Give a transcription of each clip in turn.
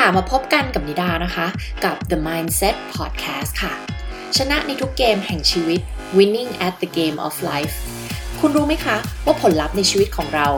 ค่ะมาพบกันกับนิดานะคะกับ The Mindset Podcast ค่ะชนะในทุกเกมแห่งชีวิต Winning at the Game of Life คุณรู้ไหมคะว่าผลลัพธ์ในชีวิตของเรา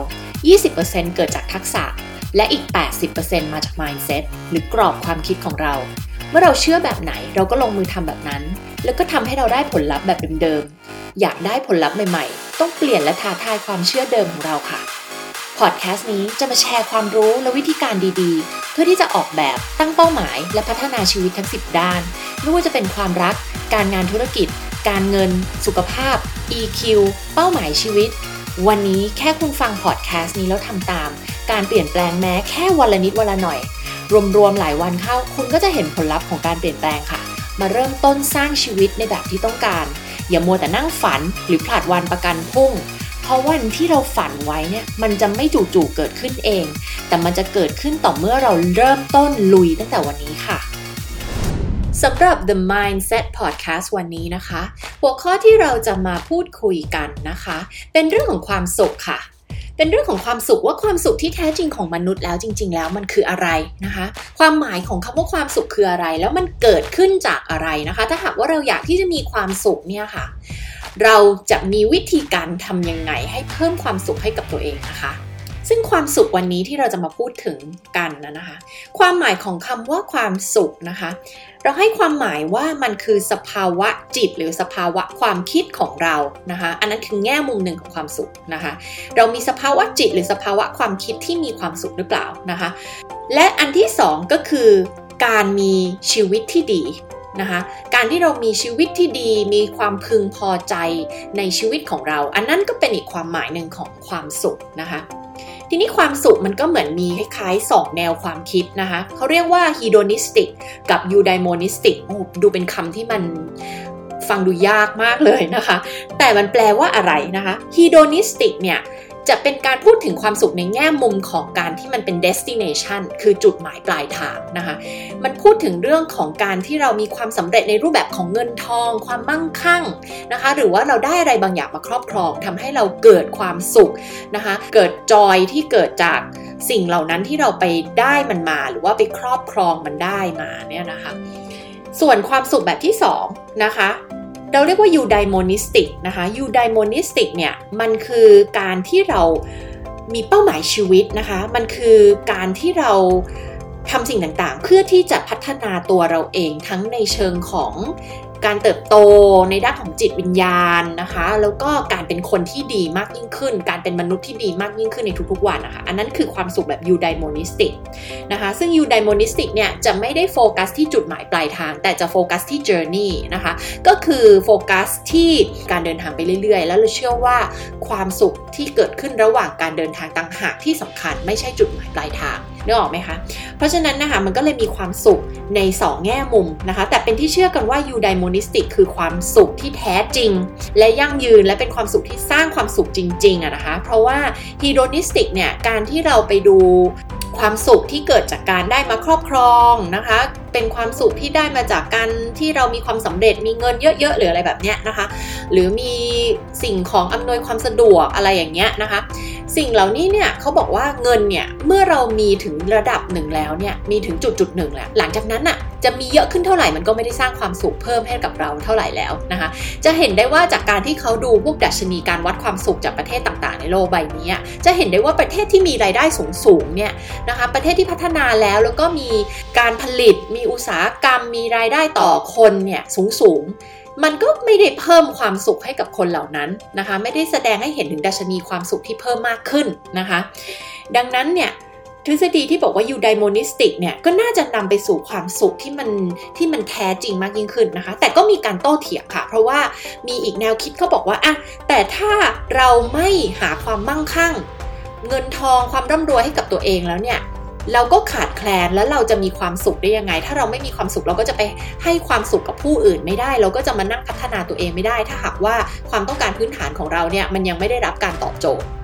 20% เกิดจากทักษะและอีก 80% มาจาก Mindset หรือกรอบความคิดของเราเมื่อเราเชื่อแบบไหนเราก็ลงมือทำแบบนั้นแล้วก็ทำให้เราได้ผลลัพธ์แบบเดิมๆอยากได้ผลลัพธ์ใหม่ๆต้องเปลี่ยนและท้าทายความเชื่อเดิมของเราค่ะพอดแคสต์นี้จะมาแชร์ความรู้และวิธีการดีๆเพื่อที่จะออกแบบตั้งเป้าหมายและพัฒนาชีวิตทั้ง10ด้านไม่ว่าจะเป็นความรักการงานธุรกิจการเงินสุขภาพ EQ เป้าหมายชีวิตวันนี้แค่คุณฟังพอดแคสต์นี้แล้วทำตามการเปลี่ยนแปลงแม้แค่วันละนิดวันละหน่อยรวมๆหลายวันเข้าคุณก็จะเห็นผลลัพธ์ของการเปลี่ยนแปลงค่ะมาเริ่มต้นสร้างชีวิตในแบบที่ต้องการอย่ามัวแต่นั่งฝันหรือผลัดวันประกันพรุ่งเพราะวันที่เราฝันไว้เนี่ยมันจะไม่จู่ๆเกิดขึ้นเองแต่มันจะเกิดขึ้นต่อเมื่อเราเริ่มต้นลุยตั้งแต่วันนี้ค่ะสำหรับ The Mindset Podcast วันนี้นะคะหัวข้อที่เราจะมาพูดคุยกันนะคะเป็นเรื่องของความสุขค่ะเป็นเรื่องของความสุขว่าความสุขที่แท้จริงของมนุษย์แล้วจริงๆแล้วมันคืออะไรนะคะความหมายของคำว่าความสุขคืออะไรแล้วมันเกิดขึ้นจากอะไรนะคะถ้าหากว่าเราอยากที่จะมีความสุขเนี่ยค่ะเราจะมีวิธีการทำยังไงให้เพิ่มความสุขให้กับตัวเองนะคะซึ่งความสุขวันนี้ที่เราจะมาพูดถึงกันนะคะความหมายของคำว่าความสุขนะคะเราให้ความหมายว่ามันคือสภาวะจิตหรือสภาวะความคิดของเรานะคะอันนั้นคือแง่มุมหนึ่งของความสุขนะคะเรามีสภาวะจิตหรือสภาวะความคิดที่มีความสุขหรือเปล่านะคะและอันที่สองก็คือการมีชีวิตที่ดีนะคะการที่เรามีชีวิตที่ดีมีความพึงพอใจในชีวิตของเราอันนั้นก็เป็นอีกความหมายหนึ่งของความสุขนะคะทีนี้ความสุขมันก็เหมือนมีคล้ายๆ2แนวความคิดนะคะเขาเรียกว่า hedonistic กับ eudaimonistic ดูเป็นคำที่มันฟังดูยากมากเลยนะคะแต่มันแปลว่าอะไรนะคะ hedonistic เนี่ยจะเป็นการพูดถึงความสุขในแง่มุมของการที่มันเป็น destination คือจุดหมายปลายทางนะคะมันพูดถึงเรื่องของการที่เรามีความสำเร็จในรูปแบบของเงินทองความมั่งคั่งนะคะหรือว่าเราได้อะไรบางอย่างมาครอบครองทำให้เราเกิดความสุขนะคะเกิดจอยที่เกิดจากสิ่งเหล่านั้นที่เราไปได้มันมาหรือว่าไปครอบครองมันได้มาเนี่ยนะคะส่วนความสุขแบบที่2นะคะเราเรียกว่า eudaimonistic นะคะ eudaimonistic เนี่ยมันคือการที่เรามีเป้าหมายชีวิตนะคะมันคือการที่เราทำสิ่งต่างๆเพื่อที่จะพัฒนาตัวเราเองทั้งในเชิงของการเติบโตในด้านของจิตวิญญาณนะคะแล้วก็การเป็นคนที่ดีมากยิ่งขึ้นการเป็นมนุษย์ที่ดีมากยิ่งขึ้นในทุกๆวันนะคะอันนั้นคือความสุขแบบ eudaimonistic นะคะซึ่ง eudaimonistic เนี่ยจะไม่ได้โฟกัสที่จุดหมายปลายทางแต่จะโฟกัสที่ journey นะคะก็คือโฟกัสที่การเดินทางไปเรื่อยๆแล้วเราเชื่อว่าความสุขที่เกิดขึ้นระหว่างการเดินทางต่างหากที่สำคัญไม่ใช่จุดหมายปลายทางนึกออกไหมคะเพราะฉะนั้นนะคะมันก็เลยมีความสุขใน2แง่มุมนะคะแต่เป็นที่เชื่อกันว่า eudaimonistic คือความสุขที่แท้จริงและยั่งยืนและเป็นความสุขที่สร้างความสุขจริงๆนะคะเพราะว่า hedonistic เนี่ยการที่เราไปดูความสุขที่เกิดจากการได้มาครอบครองนะคะเป็นความสุขที่ได้มาจากการที่เรามีความสำเร็จมีเงินเยอะๆหรืออะไรแบบเนี้ยนะคะหรือมีสิ่งของอำนวยความสะดวกอะไรอย่างเงี้ยนะคะสิ่งเหล่านี้เนี่ยเขาบอกว่าเงินเนี่ยเมื่อเรามีถึงระดับหนึ่งแล้วเนี่ยมีถึงจุดหนึ่งแล้วหลังจากนั้นน่ะจะมีเยอะขึ้นเท่าไหร่มันก็ไม่ได้สร้างความสุขเพิ่มให้กับเราเท่าไหร่แล้วนะคะจะเห็นได้ว่าจากการที่เขาดูพวกดัชนีการวัดความสุขจากประเทศต่างๆในโลกใบนี้จะเห็นได้ว่าประเทศที่มีรายได้สูงๆเนี่ยนะคะประเทศที่พัฒนาแล้วก็มีการผลิตมีอุตสาหกรรมมีรายได้ต่อคนเนี่ยสูงมันก็ไม่ได้เพิ่มความสุขให้กับคนเหล่านั้นนะคะไม่ได้แสดงให้เห็นถึงดัชนีความสุขที่เพิ่มมากขึ้นนะคะดังนั้นเนี่ยทฤษฎีที่บอกว่า eudaimonistic เนี่ยก็น่าจะนำไปสู่ความสุขที่มันแท้จริงมากยิ่งขึ้นนะคะแต่ก็มีการโต้เถียงค่ะเพราะว่ามีอีกแนวคิดเขาบอกว่าแต่ถ้าเราไม่หาความมั่งคั่งเงินทองความร่ำรวยให้กับตัวเองแล้วเนี่ยเราก็ขาดแคลนแล้วเราจะมีความสุขได้ยังไงถ้าเราไม่มีความสุขเราก็จะไปให้ความสุขกับผู้อื่นไม่ได้เราก็จะมานั่งพัฒนาตัวเองไม่ได้ถ้าหากว่าความต้องการพื้นฐานของเราเนี่ยมันยังไม่ได้รับการตอบโจทย์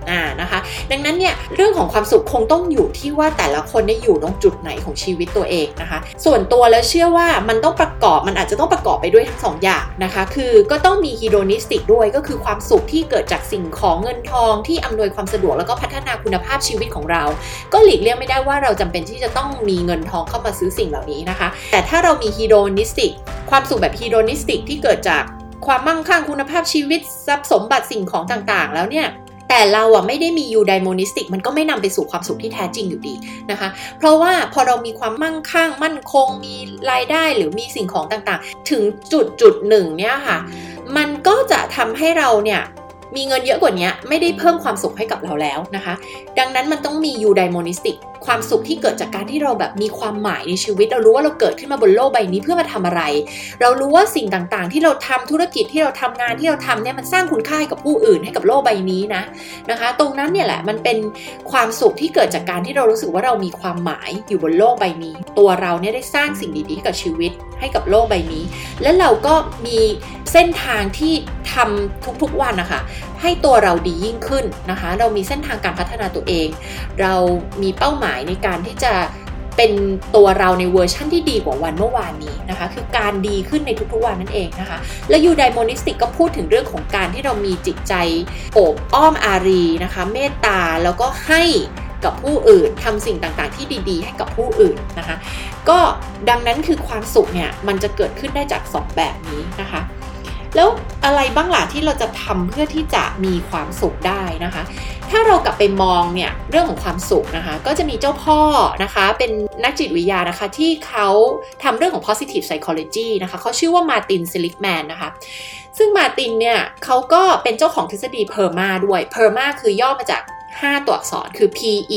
นะคะดังนั้นเนี่ยเรื่องของความสุขคงต้องอยู่ที่ว่าแต่ละคนได้อยู่ตรงจุดไหนของชีวิตตัวเองนะคะส่วนตัวแล้วเชื่อว่ามันอาจจะต้องประกอบไปด้วยทั้งสองอย่างนะคะคือก็ต้องมีฮีโดนิสติกด้วยก็คือความสุขที่เกิดจากสิ่งของเงินทองที่อำนวยความสะดวกแล้วก็พัฒนาคุณภาพชีวิตของเราก็หลีกเลี่ยงไม่ได้ว่าเราจำเป็นที่จะต้องมีเงินทองเข้ามาซื้อสิ่งเหล่านี้นะคะแต่ถ้าเรามีฮีโดนิสติกความสุขแบบฮีโดนิสติกที่เกิดจากความมั่งคั่งคุณภาพชีวิตทรัพย์สมบัติสิ่งของต่างๆแล้วเนี่ยแต่เราไม่ได้มียูไดโมนิสติกมันก็ไม่นำไปสู่ความสุขที่แท้จริงอยู่ดีนะคะเพราะว่าพอเรามีความมั่งคั่งมั่นคงมีรายได้หรือมีสิ่งของต่างๆถึงจุดหนึ่งเนี่ยค่ะมันก็จะทำให้เราเนี่ยมีเงินเยอะกว่านี้ไม่ได้เพิ่มความสุขให้กับเราแล้วนะคะดังนั้นมันต้องมียูไดโมนิสติกความสุขที่เกิดจากการที่เราแบบมีความหมายในชีวิตเรารู้ว่าเราเกิดขึ้นมาบนโลกใบนี้เพื่อมาทำอะไรเรารู้ว่าสิ่งต่างๆที่เราทำธุรกิจที่เราทำงานที่เราทำเนี่ยมันสร้างคุณค่าให้กับผู้อื่นให้กับโลกใบนี้นะคะตรงนั้นเนี่ยแหละมันเป็นความสุขที่เกิดจากการที่เรารู้สึกว่าเรามีความหมายอยู่บนโลกใบนี้ตัวเราเนี่ยได้สร้างสิ่งดีๆกับชีวิตให้กับโลกใบนี้และเราก็มีเส้นทางที่ทำทุกๆวันนะคะให้ตัวเราดียิ่งขึ้นนะคะเรามีเส้นทางการพัฒนาตัวเองเรามีเป้าหมายในการที่จะเป็นตัวเราในเวอร์ชั่นที่ดีกว่าวันเมื่อวานนี้นะคะคือการดีขึ้นในทุกๆวันนั่นเองนะคะและยูไดโมนิสติกก็พูดถึงเรื่องของการที่เรามีจิตใจโอบอ้อมอารีนะคะเมตตาแล้วก็ให้กับผู้อื่นทำสิ่งต่างๆที่ดีๆให้กับผู้อื่นนะคะก็ดังนั้นคือความสุขเนี่ยมันจะเกิดขึ้นได้จาก2แบบนี้นะคะแล้วอะไรบ้างล่ะที่เราจะทำเพื่อที่จะมีความสุขได้นะคะถ้าเรากลับไปมองเนี่ยเรื่องของความสุขนะคะก็จะมีเจ้าพ่อนะคะเป็นนักจิตวิทยานะคะที่เขาทำเรื่องของ positive psychology นะคะเขาชื่อว่ามาร์ติน เซลิกแมนนะคะซึ่งมาร์ตินเนี่ยเขาก็เป็นเจ้าของทฤษฎีเพอร์มาด้วยเพอร์มาคือย่อมาจาก5 ตัวอักษรคือ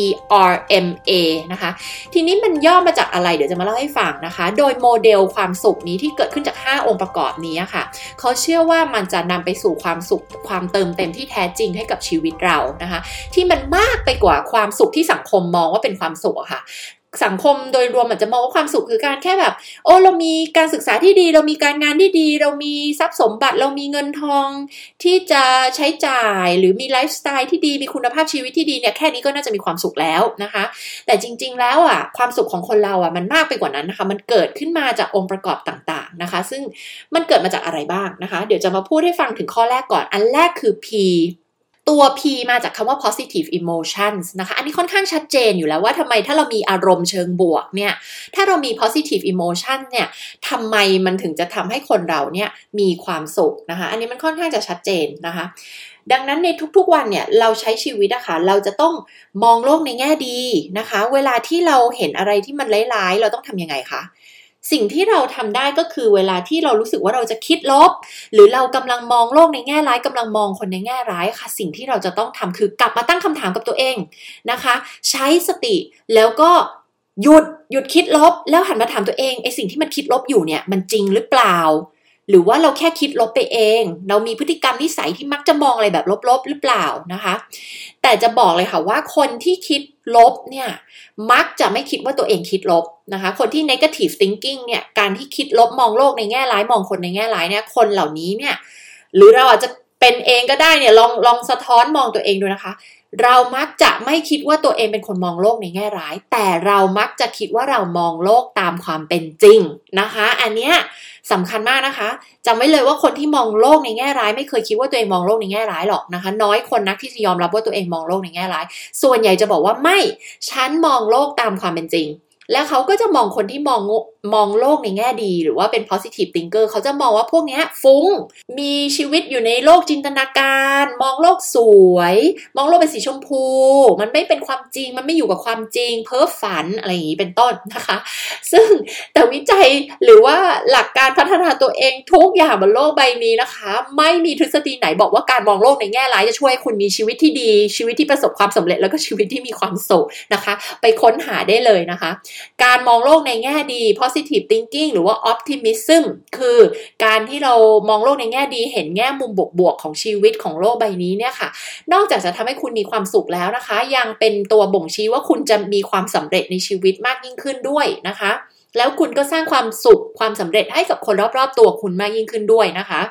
PERMA นะคะทีนี้มันย่อมาจากอะไรเดี๋ยวจะมาเล่าให้ฟังนะคะโดยโมเดลความสุขนี้ที่เกิดขึ้นจาก5องค์ประกอบนี้ค่ะเขาเชื่อว่ามันจะนำไปสู่ความสุขความเติมเต็มที่แท้จริงให้กับชีวิตเรานะคะที่มันมากไปกว่าความสุขที่สังคมมองว่าเป็นความสุขค่ะสังคมโดยรวมอาจจะมองว่าความสุขคือการแค่แบบเรามีการศึกษาที่ดีเรามีการงานที่ดีเรามีทรัพย์สมบัติเรามีเงินทองที่จะใช้จ่ายหรือมีไลฟ์สไตล์ที่ดีมีคุณภาพชีวิตที่ดีเนี่ยแค่นี้ก็น่าจะมีความสุขแล้วนะคะแต่จริงๆแล้วความสุขของคนเรามันมากไปกว่านั้นนะคะมันเกิดขึ้นมาจากองค์ประกอบต่างๆนะคะซึ่งมันเกิดมาจากอะไรบ้างนะคะเดี๋ยวจะมาพูดให้ฟังถึงข้อแรกก่อนอันแรกคือ Pตัว P มาจากคำว่า positive emotions นะคะอันนี้ค่อนข้างชัดเจนอยู่แล้วว่าทำไมถ้าเรามีอารมณ์เชิงบวกเนี่ยถ้าเรามี positive emotion เนี่ยทำไมมันถึงจะทำให้คนเราเนี่ยมีความสุขนะคะอันนี้มันค่อนข้างจะชัดเจนนะคะดังนั้นในทุกๆวันเนี่ยเราใช้ชีวิตนะคะเราจะต้องมองโลกในแง่ดีนะคะเวลาที่เราเห็นอะไรที่มันร้ายๆเราต้องทำยังไงคะสิ่งที่เราทำได้ก็คือเวลาที่เรารู้สึกว่าเราจะคิดลบหรือเรากำลังมองโลกในแง่ร้ายกำลังมองคนในแง่ร้ายค่ะสิ่งที่เราจะต้องทำคือกลับมาตั้งคำถามกับตัวเองนะคะใช้สติแล้วก็หยุดคิดลบแล้วหันมาถามตัวเองไอ้สิ่งที่มันคิดลบอยู่เนี่ยมันจริงหรือเปล่าหรือว่าเราแค่คิดลบไปเองเรามีพฤติกรรมนิสัยที่มักจะมองอะไรแบบลบๆหรือเปล่านะคะแต่จะบอกเลยค่ะว่าคนที่คิดลบเนี่ยมักจะไม่คิดว่าตัวเองคิดลบนะคะคนที่ negative thinking เนี่ยการที่คิดลบมองโลกในแง่ร้ายมองคนในแง่ร้ายเนี่ยคนเหล่านี้เนี่ยหรือเราอาจจะเป็นเองก็ได้เนี่ยลองสะท้อนมองตัวเองดูนะคะเรามักจะไม่คิดว่าตัวเองเป็นคนมองโลกในแง่ร้ายแต่เรามักจะคิดว่าเรามองโลกตามความเป็นจริงนะคะอันเนี้ยสำคัญมากนะคะจำไว้เลยว่าคนที่มองโลกในแง่ร้ายไม่เคยคิดว่าตัวเองมองโลกในแง่ร้ายหรอกนะคะน้อยคนนักที่จะยอมรับว่าตัวเองมองโลกในแง่ร้ายส่วนใหญ่จะบอกว่าไม่ฉันมองโลกตามความเป็นจริงและเขาก็จะมองคนที่มองโลกในแง่ดีหรือว่าเป็น positive thinker เขาจะมองว่าพวกนี้ฟุ้งมีชีวิตอยู่ในโลกจินตนาการมองโลกสวยมองโลกเป็นสีชมพูมันไม่เป็นความจริงมันไม่อยู่กับความจริงเพ้อฝันอะไรอย่างนี้เป็นต้นนะคะซึ่งแต่วิจัยหรือว่าหลักการพัฒนาตัวเองทุกอย่างบนโลกใบนี้นะคะไม่มีทฤษฎีไหนบอกว่าการมองโลกในแง่ร้ายจะช่วยให้คุณมีชีวิตที่ดีชีวิตที่ประสบความสำเร็จแล้วก็ชีวิตที่มีความสุขนะคะไปค้นหาได้เลยนะคะการมองโลกในแง่ดี positive thinking หรือว่า optimism คือการที่เรามองโลกในแง่ดีเห็นแง่มุมบวกๆของชีวิตของโลกใบนี้เนี่ยค่ะนอกจากจะทำให้คุณมีความสุขแล้วนะคะยังเป็นตัวบ่งชี้ว่าคุณจะมีความสำเร็จในชีวิตมากยิ่งขึ้นด้วยนะคะแล้วคุณก็สร้างความสุขความสำเร็จให้กับคนรอบๆตัวคุณมากยิ่งขึ้นด้วยนะคะ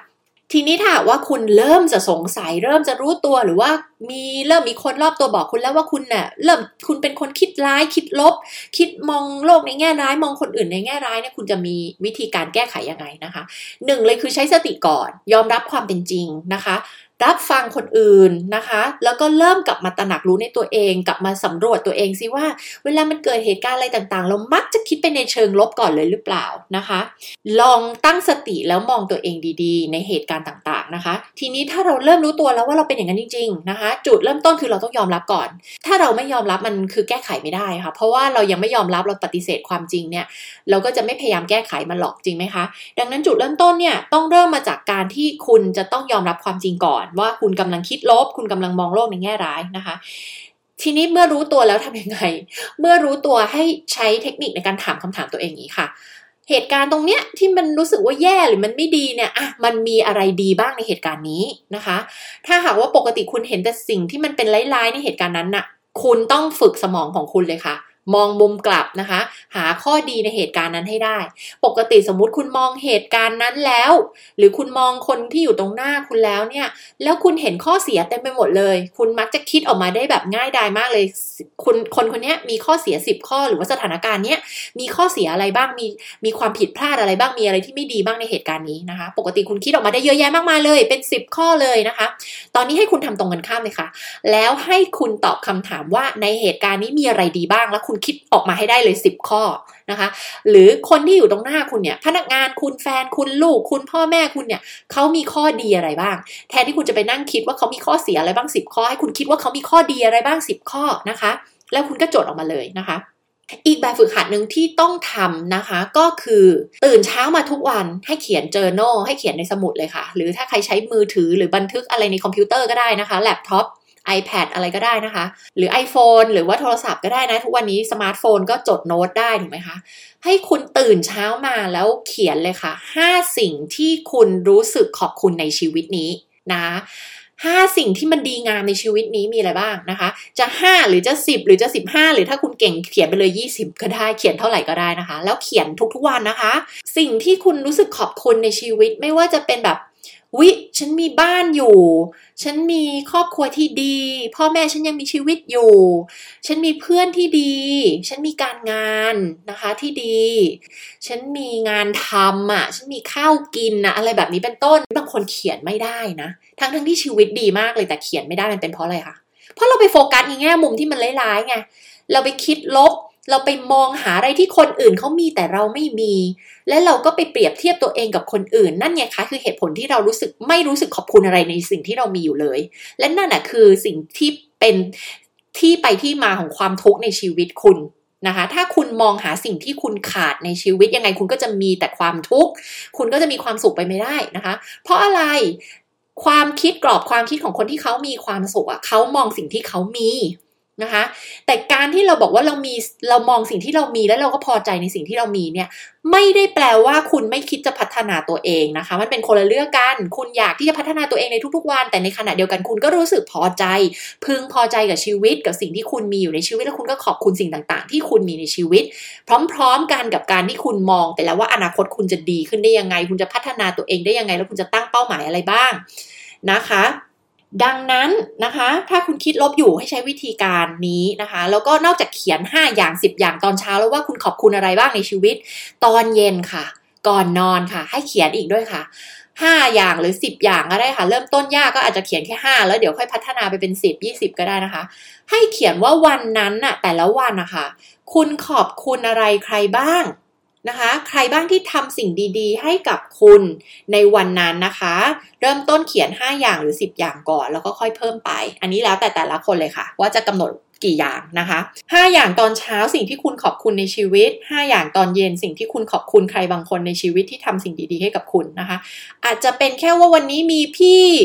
ทีนี้ถ้าว่าคุณเริ่มจะสงสัยเริ่มจะรู้ตัวหรือว่าเริ่มมีคนรอบตัวบอกคุณแล้วว่าคุณเนี่ยคุณเป็นคนคิดร้ายคิดลบคิดมองโลกในแง่ร้ายมองคนอื่นในแง่ร้ายเนี่ยคุณจะมีวิธีการแก้ไขยังไงนะคะหนึ่งเลยคือใช้สติก่อนยอมรับความเป็นจริงนะคะรับฟังคนอื่นนะคะแล้วก็เริ่มกลับมาตระหนักรู้ในตัวเองกลับมาสำรวจตัวเองซิว่าเวลามันเกิดเหตุการณ์อะไรต่างๆเรามักจะคิดไปในเชิงลบก่อนเลยหรือเปล่านะคะลองตั้งสติแล้วมองตัวเองดีๆในเหตุการณ์ต่างๆนะคะทีนี้ถ้าเราเริ่มรู้ตัวแล้วว่าเราเป็นอย่างนั้นจริงๆนะคะจุดเริ่มต้นคือเราต้องยอมรับก่อนถ้าเราไม่ยอมรับมันคือแก้ไขไม่ได้ค่ะเพราะว่าเรายังไม่ยอมรับเราปฏิเสธความจริงเนี่ยเราก็จะไม่พยายามแก้ไขมันหรอกจริงไหมคะดังนั้นจุดเริ่มต้นเนี่ยต้องเริ่มมาจากการที่คุณจะต้องยอมรับความจริงก่อนว่าคุณกำลังคิดลบคุณกำลังมองโลกในแง่ร้ายนะคะทีนี้เมื่อรู้ตัวแล้วทำยังไงเมื่อรู้ตัวให้ใช้เทคนิคในการถามคำถามตัวเองนี้ค่ะเหตุการณ์ตรงเนี้ยที่มันรู้สึกว่าแย่หรือมันไม่ดีเนี่ยมันมีอะไรดีบ้างในเหตุการณ์นี้นะคะถ้าหากว่าปกติคุณเห็นแต่สิ่งที่มันเป็นร้ายๆในเหตุการณ์นั้นน่ะคุณต้องฝึกสมองของคุณเลยค่ะมองมุมกลับนะคะหาข้อดีในเหตุการณ์นั้นให้ได้ปกติสมมุติคุณมองเหตุการณ์นั้นแล้วหรือคุณมองคนที่อยู่ตรงหน้าคุณแล้วเนี่ยแล้วคุณเห็นข้อเสียเต็มไปหมดเลยคุณมักจะคิดออกมาได้แบบง่ายดายมากเลยคนนี้มีข้อเสีย10ข้อหรือว่าสถานการณ์เนี้ยมีข้อเสียอะไรบ้างมีความผิดพลาดอะไรบ้างมีอะไรที่ไม่ดีบ้างในเหตุการณ์นี้นะคะปกติคุณคิดออกมาได้เยอะแยะมากมายเลยเป็น10ข้อเลยนะคะตอนนี้ให้คุณทำตรงกันข้ามเลยค่ะแล้วให้คุณตอบคำถามว่าในเหตุการณ์นี้มีอะไรดีบ้างแล้วคุณคิดออกมาให้ได้เลย10ข้อนะคะหรือคนที่อยู่ตรงหน้าคุณเนี่ยพนักงานคุณแฟนคุณลูกคุณพ่อแม่คุณเนี่ยเขามีข้อดีอะไรบ้างแทนที่คุณจะไปนั่งคิดว่าเขามีข้อเสียอะไรบ้าง10ข้อให้คุณคิดว่าเขามีข้อดีอะไรบ้าง10ข้อนะคะแล้วคุณก็จดออกมาเลยนะคะอีกแบบฝึกหัดหนึ่งที่ต้องทำนะคะก็คือตื่นเช้ามาทุกวันให้เขียน journal ให้เขียนในสมุดเลยค่ะหรือถ้าใครใช้มือถือหรือบันทึกอะไรในคอมพิวเตอร์ก็ได้นะคะแล็ปท็อปiPad อะไรก็ได้นะคะหรือ iPhone หรือว่าโทรศัพท์ก็ได้นะทุกวันนี้สมาร์ทโฟนก็จดโน้ตได้ถูกไหมคะให้คุณตื่นเช้ามาแล้วเขียนเลยค่ะ5สิ่งที่คุณรู้สึกขอบคุณในชีวิตนี้นะ5สิ่งที่มันดีงามในชีวิตนี้มีอะไรบ้างนะคะจะ5หรือจะ10หรือจะ15หรือถ้าคุณเก่งเขียนไปเลย20ก็ได้เขียนเท่าไหร่ก็ได้นะคะแล้วเขียนทุกๆวันนะคะสิ่งที่คุณรู้สึกขอบคุณในชีวิตไม่ว่าจะเป็นแบบฉันมีบ้านอยู่ฉันมีครอบครัวที่ดีพ่อแม่ฉันยังมีชีวิตอยู่ฉันมีเพื่อนที่ดีฉันมีการงานนะคะที่ดีฉันมีงานทำฉันมีข้าวกินอะไรแบบนี้เป็นต้นบางคนเขียนไม่ได้นะทั้งที่ชีวิตดีมากเลยแต่เขียนไม่ได้มันเป็นเพราะอะไรคะเพราะเราไปโฟกัสในแง่มุมที่มันร้ายๆไงเราไปคิดลบเราไปมองหาอะไรที่คนอื่นเขามีแต่เราไม่มีและเราก็ไปเปรียบเทียบตัวเองกับคนอื่นนั่นไงคะคือเหตุผลที่เราไม่รู้สึกขอบคุณอะไรในสิ่งที่เรามีอยู่เลยและนั่นคือสิ่งที่เป็นที่ไปที่มาของความทุกข์ในชีวิตคุณนะคะถ้าคุณมองหาสิ่งที่คุณขาดในชีวิตยังไงคุณก็จะมีแต่ความทุกข์คุณก็จะมีความสุขไปไม่ได้นะคะเพราะอะไรความคิดกรอบความคิดของคนที่เขามีความสุขเขามองสิ่งที่เขามีนะคะแต่การที่เราบอกว่าเรามองสิ่งที่เรามีแล้วเราก็พอใจในสิ่งที่เรามีเนี่ยไม่ได้แปลว่าคุณไม่คิดจะพัฒนาตัวเองนะคะมันเป็นคนละเรื่องกันคุณอยากที่จะพัฒนาตัวเองในทุกๆวันแต่ในขณะเดียวกันคุณก็รู้สึกพอใจพึงพอใจกับชีวิตกับสิ่งที่คุณมีอยู่ในชีวิตแล้วคุณก็ขอบคุณสิ่งต่างๆที่คุณมีในชีวิตพร้อมๆกันกับการที่คุณมองไปแล้วว่าอนาคตคุณจะดีขึ้นได้ยังไงคุณจะพัฒนาตัวเองได้ยังไงแล้วคุณจะตั้งเป้าหมายอะไรบ้างนะคะดังนั้นนะคะถ้าคุณคิดลบอยู่ให้ใช้วิธีการนี้นะคะแล้วก็นอกจากเขียน5อย่าง10อย่างตอนเช้าแล้วว่าคุณขอบคุณอะไรบ้างในชีวิตตอนเย็นค่ะก่อนนอนค่ะให้เขียนอีกด้วยค่ะ5อย่างหรือ10อย่างก็ได้ค่ะเริ่มต้นยากก็อาจจะเขียนแค่5แล้วเดี๋ยวค่อยพัฒนาไปเป็น10 20ก็ได้นะคะให้เขียนว่าวันนั้นแต่ละวันนะคะคุณขอบคุณอะไรใครบ้างนะคะใครบ้างที่ทำสิ่งดีๆให้กับคุณในวันนั้นนะคะเริ่มต้นเขียน5อย่างหรือ10อย่างก่อนแล้วก็ค่อยเพิ่มไปอันนี้แล้วแต่ละคนเลยค่ะว่าจะกำหนดกี่อย่างนะคะ5อย่างตอนเช้าสิ่งที่คุณขอบคุณในชีวิต5อย่างตอนเย็นสิ่งที่คุณขอบคุณใครบางคนในชีวิตที่ทำสิ่งดีๆให้กับคุณนะคะอาจจะเป็นแค่ว่าวันนี้มีพี่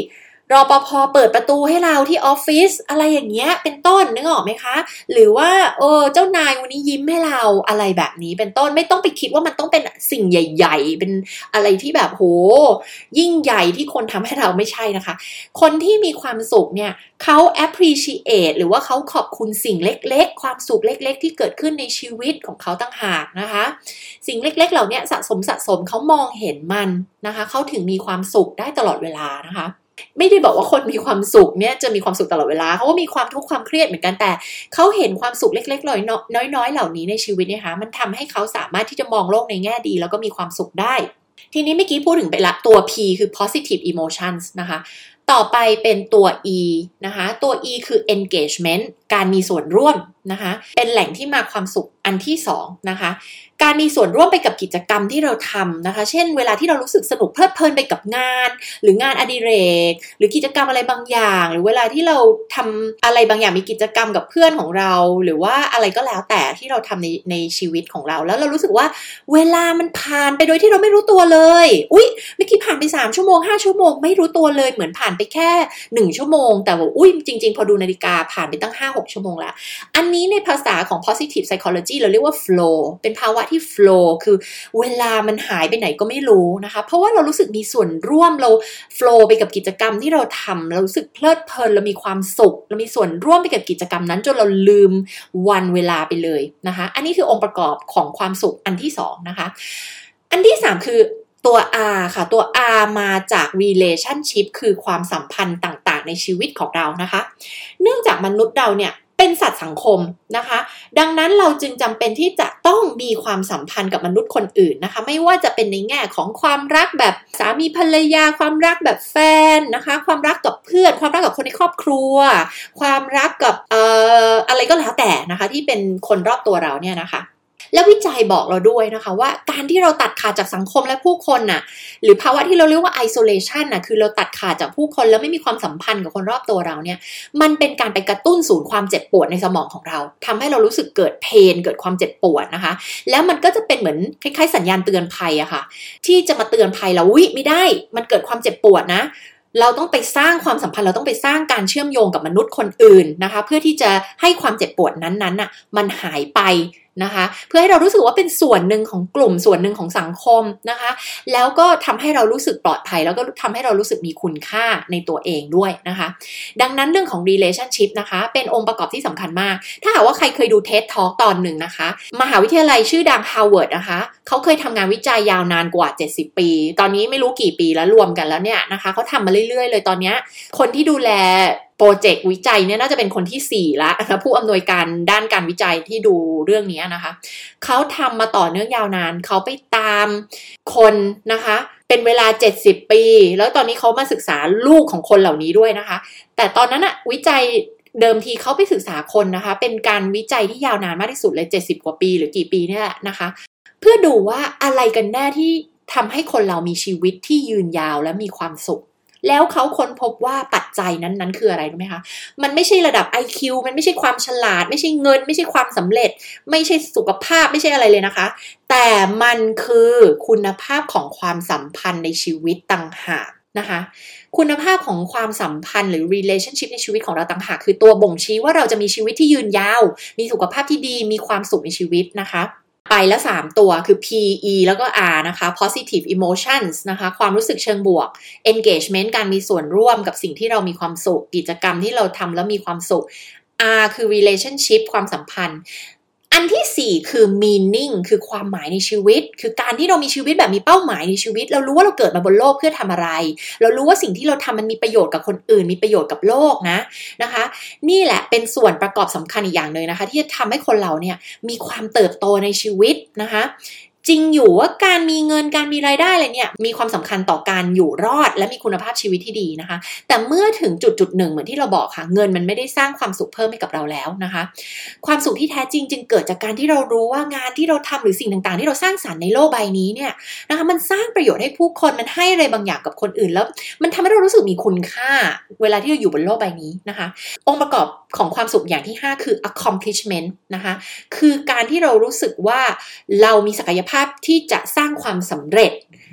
รปภ.เปิดประตูให้เราที่ออฟฟิศอะไรอย่างเงี้ยเป็นต้นนึกออกไหมคะหรือว่าเจ้านายวันนี้ยิ้มให้เราอะไรแบบนี้เป็นต้นไม่ต้องไปคิดว่ามันต้องเป็นสิ่งใหญ่ๆเป็นอะไรที่แบบโหยิ่งใหญ่ที่คนทำให้เราไม่ใช่นะคะคนที่มีความสุขเนี่ยเขา appreciate หรือว่าเขาขอบคุณสิ่งเล็กๆความสุขเล็กๆที่เกิดขึ้นในชีวิตของเขาต่างหากนะคะสิ่งเล็กๆเหล่านี้สะสมเขามองเห็นมันนะคะเขาถึงมีความสุขได้ตลอดเวลานะคะไม่ได้บอกว่าคนมีความสุขเนี่ยจะมีความสุขตลอดเวลาเขาก็มีความทุกข์ความเครียดเหมือนกันแต่เขาเห็นความสุขเล็กๆน้อยๆเหล่านี้ในชีวิตนะคะมันทำให้เขาสามารถที่จะมองโลกในแง่ดีแล้วก็มีความสุขได้ทีนี้เมื่อกี้พูดถึงไปละตัว P คือ positive emotions นะคะต่อไปเป็นตัว E นะคะตัว E คือ engagement การมีส่วนร่วมนะคะเป็นแหล่งที่มาความสุขอันที่2นะคะการมีส่วนร่วมไปกับกิจกรรมที่เราทำนะคะเช่นเวลาที่เรารู้สึกสนุกเพลิดเพลินไปกับงานหรืองานอดิเรกหรือกิจกรรมอะไรบางอย่างหรือเวลาที่เราทำอะไรบางอย่างมีกิจกรรมกับเพื่อนของเราหรือว่าอะไรก็แล้วแต่ที่เราทำในชีวิตของเราแล้วเรารู้สึกว่าเวลามันผ่านไปโดยที่เราไม่รู้ตัวเลยอุ๊ยเมื่อกี้ผ่านไป3ชั่วโมง5ชั่วโมงไม่รู้ตัวเลยเหมือนผ่านไปแค่1ชั่วโมงแต่ว่าอุ๊ยจริงๆพอดูนาฬิกาผ่านไปตั้ง 5-6 ชั่วโมงแล้วอันนี้ในภาษาของ positive psychology เราเรียกว่า flow เป็นภาวะที่ flow คือเวลามันหายไปไหนก็ไม่รู้นะคะเพราะว่าเรารู้สึกมีส่วนร่วมเรา flow ไปกับกิจกรรมที่เราทำเรารู้สึกเพลิดเพลินเรามีความสุขเรามีส่วนร่วมไปกับกิจกรรมนั้นจนเราลืมวันเวลาไปเลยนะคะอันนี้คือองค์ประกอบของความสุขอันที่2นะคะอันที่3คือตัว R ค่ะตัว R มาจาก relationship คือความสัมพันธ์ต่างๆในชีวิตของเรานะคะเนื่องจากมนุษย์เราเนี่ยเป็นสัตว์สังคมนะคะดังนั้นเราจึงจำเป็นที่จะต้องมีความสัมพันธ์กับมนุษย์คนอื่นนะคะไม่ว่าจะเป็นในแง่ของความรักแบบสามีภรรยาความรักแบบแฟนนะคะความรักกับเพื่อนความรักกับคนในครอบครัวความรักกับอะไรก็แล้วแต่นะคะที่เป็นคนรอบตัวเราเนี่ยนะคะและวิจัยบอกเราด้วยนะคะว่าการที่เราตัดขาดจากสังคมและผู้คนน่ะหรือภาวะที่เราเรียกว่า isolation น่ะคือเราตัดขาดจากผู้คนแล้วไม่มีความสัมพันธ์กับคนรอบตัวเราเนี่ยมันเป็นการไปกระตุ้นศูนย์ความเจ็บปวดในสมองของเราทำให้เรารู้สึกเกิดเพนเกิดความเจ็บปวดนะคะแล้วมันก็จะเป็นเหมือนคล้ายๆสัญญาณเตือนภัยอะค่ะที่จะมาเตือนภัยเราวิไม่ได้มันเกิดความเจ็บปวดนะเราต้องไปสร้างความสัมพันธ์เราต้องไปสร้างการเชื่อมโยงกับมนุษย์คนอื่นนะคะเพื่อที่จะให้ความเจ็บปวดนั้นๆน่ะมันหายไปนะคะเพื่อให้เรารู้สึกว่าเป็นส่วนหนึ่งของกลุ่มส่วนหนึ่งของสังคมนะคะแล้วก็ทำให้เรารู้สึกปลอดภัยแล้วก็ทำให้เรารู้สึกมีคุณค่าในตัวเองด้วยนะคะดังนั้นเรื่องของ relationship นะคะเป็นองค์ประกอบที่สำคัญมากถ้าหากว่าใครเคยดู TED Talk ตอนหนึ่งนะคะมหาวิทยาลัยชื่อดัง Harvard นะคะเขาเคยทำงานวิจัยยาวนานกว่า70ปีตอนนี้ไม่รู้กี่ปีแล้วรวมกันแล้วเนี่ยนะคะเขาทำมาเรื่อยๆเลยตอนนี้คนที่ดูแลโปรเจกต์วิจัยเนี่ยน่าจะเป็นคนที่4ละนะคะผู้อำนวยการด้านการวิจัยที่ดูเรื่องนี้นะคะเขาทำมาต่อเนื่องยาวนานเขาไปตามคนนะคะเป็นเวลา70ปีแล้วตอนนี้เขามาศึกษาลูกของคนเหล่านี้ด้วยนะคะแต่ตอนนั้นอะวิจัยเดิมทีเขาไปศึกษาคนนะคะเป็นการวิจัยที่ยาวนานมากที่สุดเลย70กว่าปีหรือกี่ปีเนี่ยนะคะเพื่อดูว่าอะไรกันแน่ที่ทำให้คนเรามีชีวิตที่ยืนยาวและมีความสุขแล้วเขาค้นพบว่าปัจจัยนั้นคืออะไรรู้ไหมคะมันไม่ใช่ระดับ IQ มันไม่ใช่ความฉลาดไม่ใช่เงินไม่ใช่ความสำเร็จไม่ใช่สุขภาพไม่ใช่อะไรเลยนะคะแต่มันคือคุณภาพของความสัมพันธ์ในชีวิตต่างหากนะคะคุณภาพของความสัมพันธ์หรือ relationship ในชีวิตของเราต่างหากคือตัวบ่งชี้ว่าเราจะมีชีวิตที่ยืนยาวมีสุขภาพที่ดีมีความสุขในชีวิตนะคะไปแล้ว3ตัวคือ P E แล้วก็ R นะคะ positive emotions นะคะความรู้สึกเชิงบวก engagement การมีส่วนร่วมกับสิ่งที่เรามีความสุขกิจกรรมที่เราทำแล้วมีความสุข R คือ relationship ความสัมพันธ์อันที่4คือ meaning คือความหมายในชีวิตคือการที่เรามีชีวิตแบบมีเป้าหมายในชีวิตเรารู้ว่าเราเกิดมาบนโลกเพื่อทำอะไรเรารู้ว่าสิ่งที่เราทำมันมีประโยชน์กับคนอื่นมีประโยชน์กับโลกนะคะนี่แหละเป็นส่วนประกอบสำคัญอีกอย่างเลยนะคะที่จะทำให้คนเราเนี่ยมีความเติบโตในชีวิตนะคะจริงอยู่ว่าการมีเงินการมีรายได้อะไรเนี่ยมีความสำคัญต่อการอยู่รอดและมีคุณภาพชีวิตที่ดีนะคะแต่เมื่อถึงจุดหนึ่งเหมือนที่เราบอกค่ะเงินมันไม่ได้สร้างความสุขเพิ่มให้กับเราแล้วนะคะความสุขที่แท้จริงจึงเกิดจากการที่เรารู้ว่างานที่เราทำหรือสิ่งต่างๆที่เราสร้างสรรค์ในโลกใบนี้เนี่ยนะคะมันสร้างประโยชน์ให้ผู้คนมันให้อะไรบางอย่างกับคนอื่นแล้วมันทำให้เรารู้สึกมีคุณค่าเวลาที่เราอยู่บนโลกใบนี้นะคะองค์ประกอบของความสุขอย่างที่5คือ accomplishment นะคะคือการที่เรารู้สึกว่าเรามีศักยภาพที่จะสร้างความสำเร็จ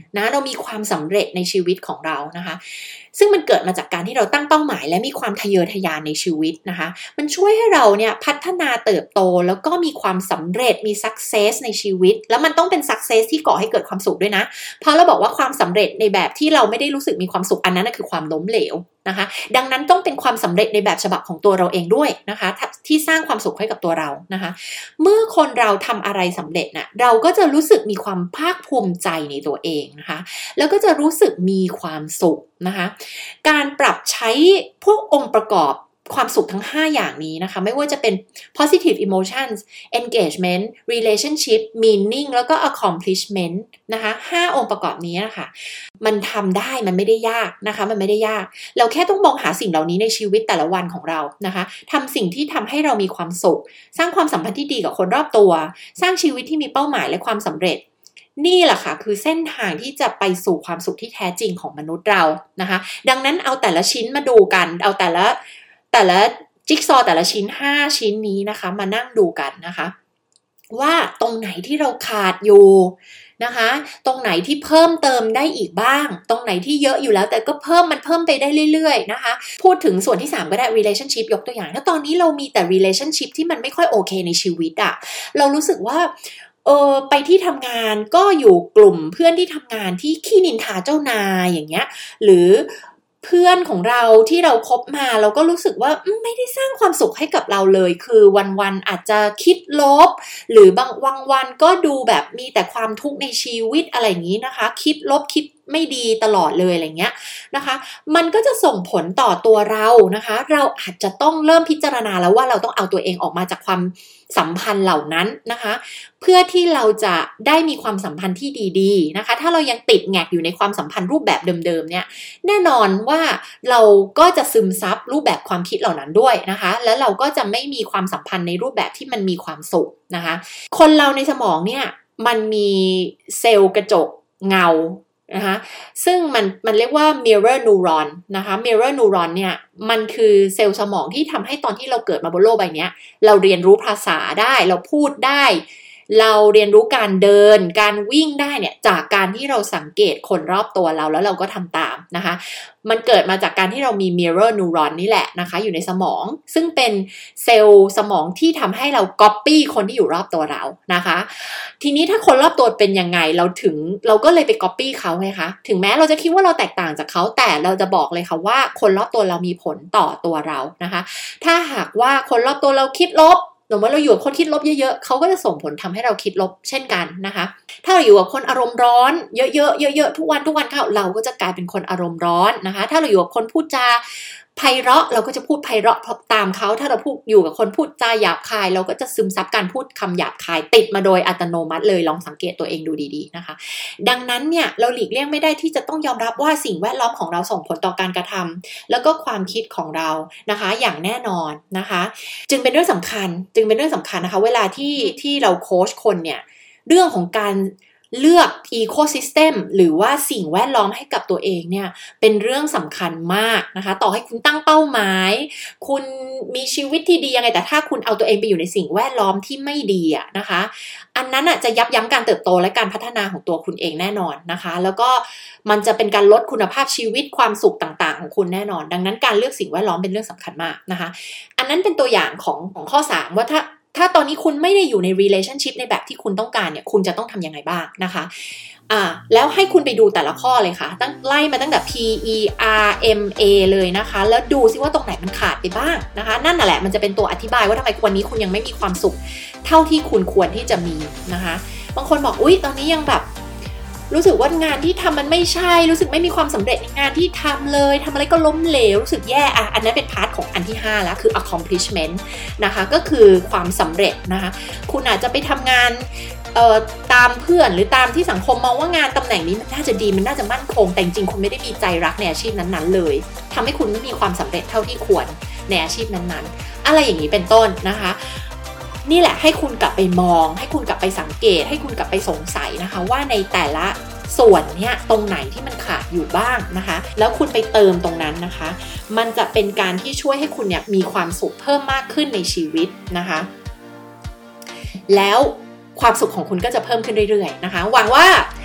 นะเรามีความสำเร็จในชีวิตของเรานะคะซึ่งมันเกิดมาจากการที่เราตั้งเป้าหมายและมีความทะเยอทะยานในชีวิตนะคะมันช่วยให้เราเนี่ยพัฒนาเติบโตแล้วก็มีความสำเร็จมี success ในชีวิตแล้วมันต้องเป็น success ที่ก่อให้เกิดความสุขด้วยนะเพราะเราบอกว่าความสำเร็จในแบบที่เราไม่ได้รู้สึกมีความสุขอันนั้นคือความล้มเหลวนะคะดังนั้นต้องเป็นความสำเร็จในแบบฉบับของตัวเราเองด้วยนะคะที่สร้างความสุขให้กับตัวเรานะคะเมื่อคนเราทำอะไรสำเร็จนะเราก็จะรู้สึกมีความภาคภูมิใจในตัวเองนะคะแล้วก็จะรู้สึกมีความสุขนะคะการปรับใช้พวกองค์ประกอบความสุขทั้ง5อย่างนี้นะคะไม่ว่าจะเป็น positive emotions engagement relationship meaning แล้วก็ accomplishment นะคะ5องค์ประกอบนี้นะคะมันทำได้มันไม่ได้ยากนะคะมันไม่ได้ยากเราแค่ต้องมองหาสิ่งเหล่านี้ในชีวิตแต่ละวันของเรานะคะทำสิ่งที่ทำให้เรามีความสุขสร้างความสัมพันธ์ที่ดีกับคนรอบตัวสร้างชีวิตที่มีเป้าหมายและความสำเร็จนี่แหละค่ะคือเส้นทางที่จะไปสู่ความสุขที่แท้จริงของมนุษย์เรานะคะดังนั้นเอาแต่ละชิ้นมาดูกันเอาแต่ละจิ๊กซอว์แต่ละชิ้น5ชิ้นนี้นะคะมานั่งดูกันนะคะว่าตรงไหนที่เราขาดอยู่นะคะตรงไหนที่เพิ่มเติมได้อีกบ้างตรงไหนที่เยอะอยู่แล้วแต่ก็เพิ่มไปได้เรื่อยๆนะคะพูดถึงส่วนที่3ก็ได้ relationship ยกตัวอย่างถ้าตอนนี้เรามีแต่ relationship ที่มันไม่ค่อยโอเคในชีวิตอะเรารู้สึกว่าไปที่ทำงานก็อยู่กลุ่มเพื่อนที่ทำงานที่ขี้นินทาเจ้านายอย่างเงี้ยหรือเพื่อนของเราที่เราคบมาเราก็รู้สึกว่าไม่ได้สร้างความสุขให้กับเราเลยคือวันๆอาจจะคิดลบหรือบางวันก็ดูแบบมีแต่ความทุกข์ในชีวิตอะไรอย่างนี้นะคะคิดลบคิดไม่ดีตลอดเลยอะไรเงี้ยนะคะมันก็จะส่งผลต่อตัวเรานะคะเราอาจจะต้องเริ่มพิจารณาแล้วว่าเราต้องเอาตัวเองออกมาจากความสัมพันธ์เหล่านั้นนะคะเพื่อที่เราจะได้มีความสัมพันธ์ที่ดีๆนะคะถ้าเรายังติดแงกอยู่ในความสัมพันธ์รูปแบบเดิมๆเนี่ยแน่นอนว่าเราก็จะซึมซับรูปแบบความคิดเหล่านั้นด้วยนะคะแล้วเราก็จะไม่มีความสัมพันธ์ในรูปแบบที่มันมีความสุขนะคะคนเราในสมองเนี่ยมันมีเซลล์กระจกเงานะคะซึ่งมันเรียกว่า mirror neuron นะคะ mirror neuron เนี่ยมันคือเซลล์สมองที่ทำให้ตอนที่เราเกิดมาบนโลกใบนี้เราเรียนรู้ภาษาได้เราพูดได้เราเรียนรู้การเดินการวิ่งได้เนี่ยจากการที่เราสังเกตคนรอบตัวเราแล้วเราก็ทำตามนะคะมันเกิดมาจากการที่เรามี mirror neuron นี่แหละนะคะอยู่ในสมองซึ่งเป็นเซลล์สมองที่ทำให้เรา copy คนที่อยู่รอบตัวเรานะคะทีนี้ถ้าคนรอบตัวเป็นยังไงเราก็เลยไป copy เขาไงคะถึงแม้เราจะคิดว่าเราแตกต่างจากเขาแต่เราจะบอกเลยค่ะว่าคนรอบตัวเรามีผลต่อตัวเรานะคะถ้าหากว่าคนรอบตัวเราคิดลบสมมติเราอยู่กับคนคิดลบเยอะๆเขาก็จะส่งผลทำให้เราคิดลบเช่นกันนะคะถ้าเราอยู่กับคนอารมณ์ร้อนเยอะๆทุกวันเราก็จะกลายเป็นคนอารมณ์ร้อนนะคะถ้าเราอยู่กับคนพูดจาไพเราะเราก็จะพูดไพเราะตามเขาถ้าเราอยู่กับคนพูดจาหยาบคายเราก็จะซึมซับการพูดคำหยาบคายติดมาโดยอัตโนมัติเลยลองสังเกตตัวเองดูดีๆนะคะดังนั้นเนี่ยเราหลีกเลี่ยงไม่ได้ที่จะต้องยอมรับว่าสิ่งแวดล้อมของเราส่งผลต่อการกระทำแล้วก็ความคิดของเรานะคะอย่างแน่นอนนะคะจึงเป็นเรื่องสำคัญนะคะเวลาที่เราโค้ชคนเนี่ยเรื่องของการเลือกอีโคซิสเต็มหรือว่าสิ่งแวดล้อมให้กับตัวเองเนี่ยเป็นเรื่องสำคัญมากนะคะต่อให้คุณตั้งเป้าหมายคุณมีชีวิตที่ดียังไงแต่ถ้าคุณเอาตัวเองไปอยู่ในสิ่งแวดล้อมที่ไม่ดีอะนะคะอันนั้นอะจะยับยั้งการเติบโตและการพัฒนาของตัวคุณเองแน่นอนนะคะแล้วก็มันจะเป็นการลดคุณภาพชีวิตความสุขต่างๆของคุณแน่นอนดังนั้นการเลือกสิ่งแวดล้อมเป็นเรื่องสำคัญมากนะคะอันนั้นเป็นตัวอย่างของข้อ3ว่าถ้าตอนนี้คุณไม่ได้อยู่ใน relationship ในแบบที่คุณต้องการเนี่ยคุณจะต้องทำยังไงบ้างนะคะแล้วให้คุณไปดูแต่ละข้อเลยค่ะไล่มาตั้งแต่ P E R M A เลยนะคะแล้วดูซิว่าตรงไหนมันขาดไปบ้างนะคะนั่นแหละมันจะเป็นตัวอธิบายว่าทำไมวันนี้คุณยังไม่มีความสุขเท่าที่คุณควรที่จะมีนะคะบางคนบอกอุ๊ยตอนนี้ยังแบบรู้สึกว่างานที่ทำมันไม่ใช่รู้สึกไม่มีความสำเร็จในงานที่ทำเลยทำอะไรก็ล้มเหลวรู้สึกแย่อันนั้นเป็นพาร์ทของอันที่5แล้วคือ accomplishment นะคะก็คือความสำเร็จนะคะคุณอาจจะไปทำงานตามเพื่อนหรือตามที่สังคมมองว่างานตำแหน่งนี้มันน่าจะดีมันน่าจะมั่นคงแต่จริงๆคุณไม่ได้มีใจรักในอาชีพนั้นๆเลยทำให้คุณไม่มีความสำเร็จเท่าที่ควรในอาชีพนั้นๆอะไรอย่างนี้เป็นต้นนะคะนี่แหละให้คุณกลับไปมองให้คุณกลับไปสังเกตให้คุณกลับไปสงสัยนะคะว่าในแต่ละส่วนเนี้ยตรงไหนที่มันขาดอยู่บ้างนะคะแล้วคุณไปเติมตรงนั้นนะคะมันจะเป็นการที่ช่วยให้คุณเนี่ยมีความสุขเพิ่มมากขึ้นในชีวิตนะคะแล้วความสุขของคุณก็จะเพิ่มขึ้นเรื่อยๆนะคะหวังว่าค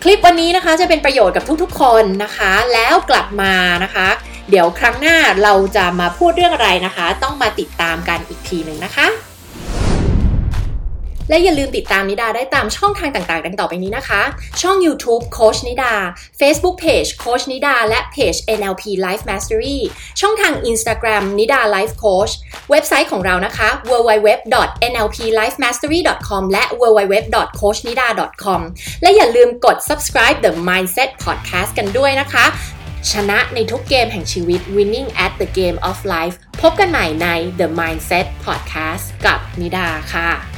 ลิปวันนี้นะคะจะเป็นประโยชน์กับทุกๆคนนะคะแล้วกลับมานะคะเดี๋ยวครั้งหน้าเราจะมาพูดเรื่องอะไรนะคะต้องมาติดตามกันอีกทีหนึ่งนะคะและอย่าลืมติดตามนิดาได้ตามช่องทางต่างๆดังต่อไปนี้นะคะช่อง YouTube โค้ชนิดา Facebook Page โค้ชนิดาและเพจ NLP Life Mastery ช่องทาง Instagram นิดา Life Coach เว็บไซต์ของเรานะคะ www.nlplifemastery.com และ www.coachnida.com และอย่าลืมกด subscribe The Mindset Podcast กันด้วยนะคะชนะในทุกเกมแห่งชีวิต Winning at the Game of Life พบกันใหม่ใน The Mindset Podcast กับนิดาค่ะ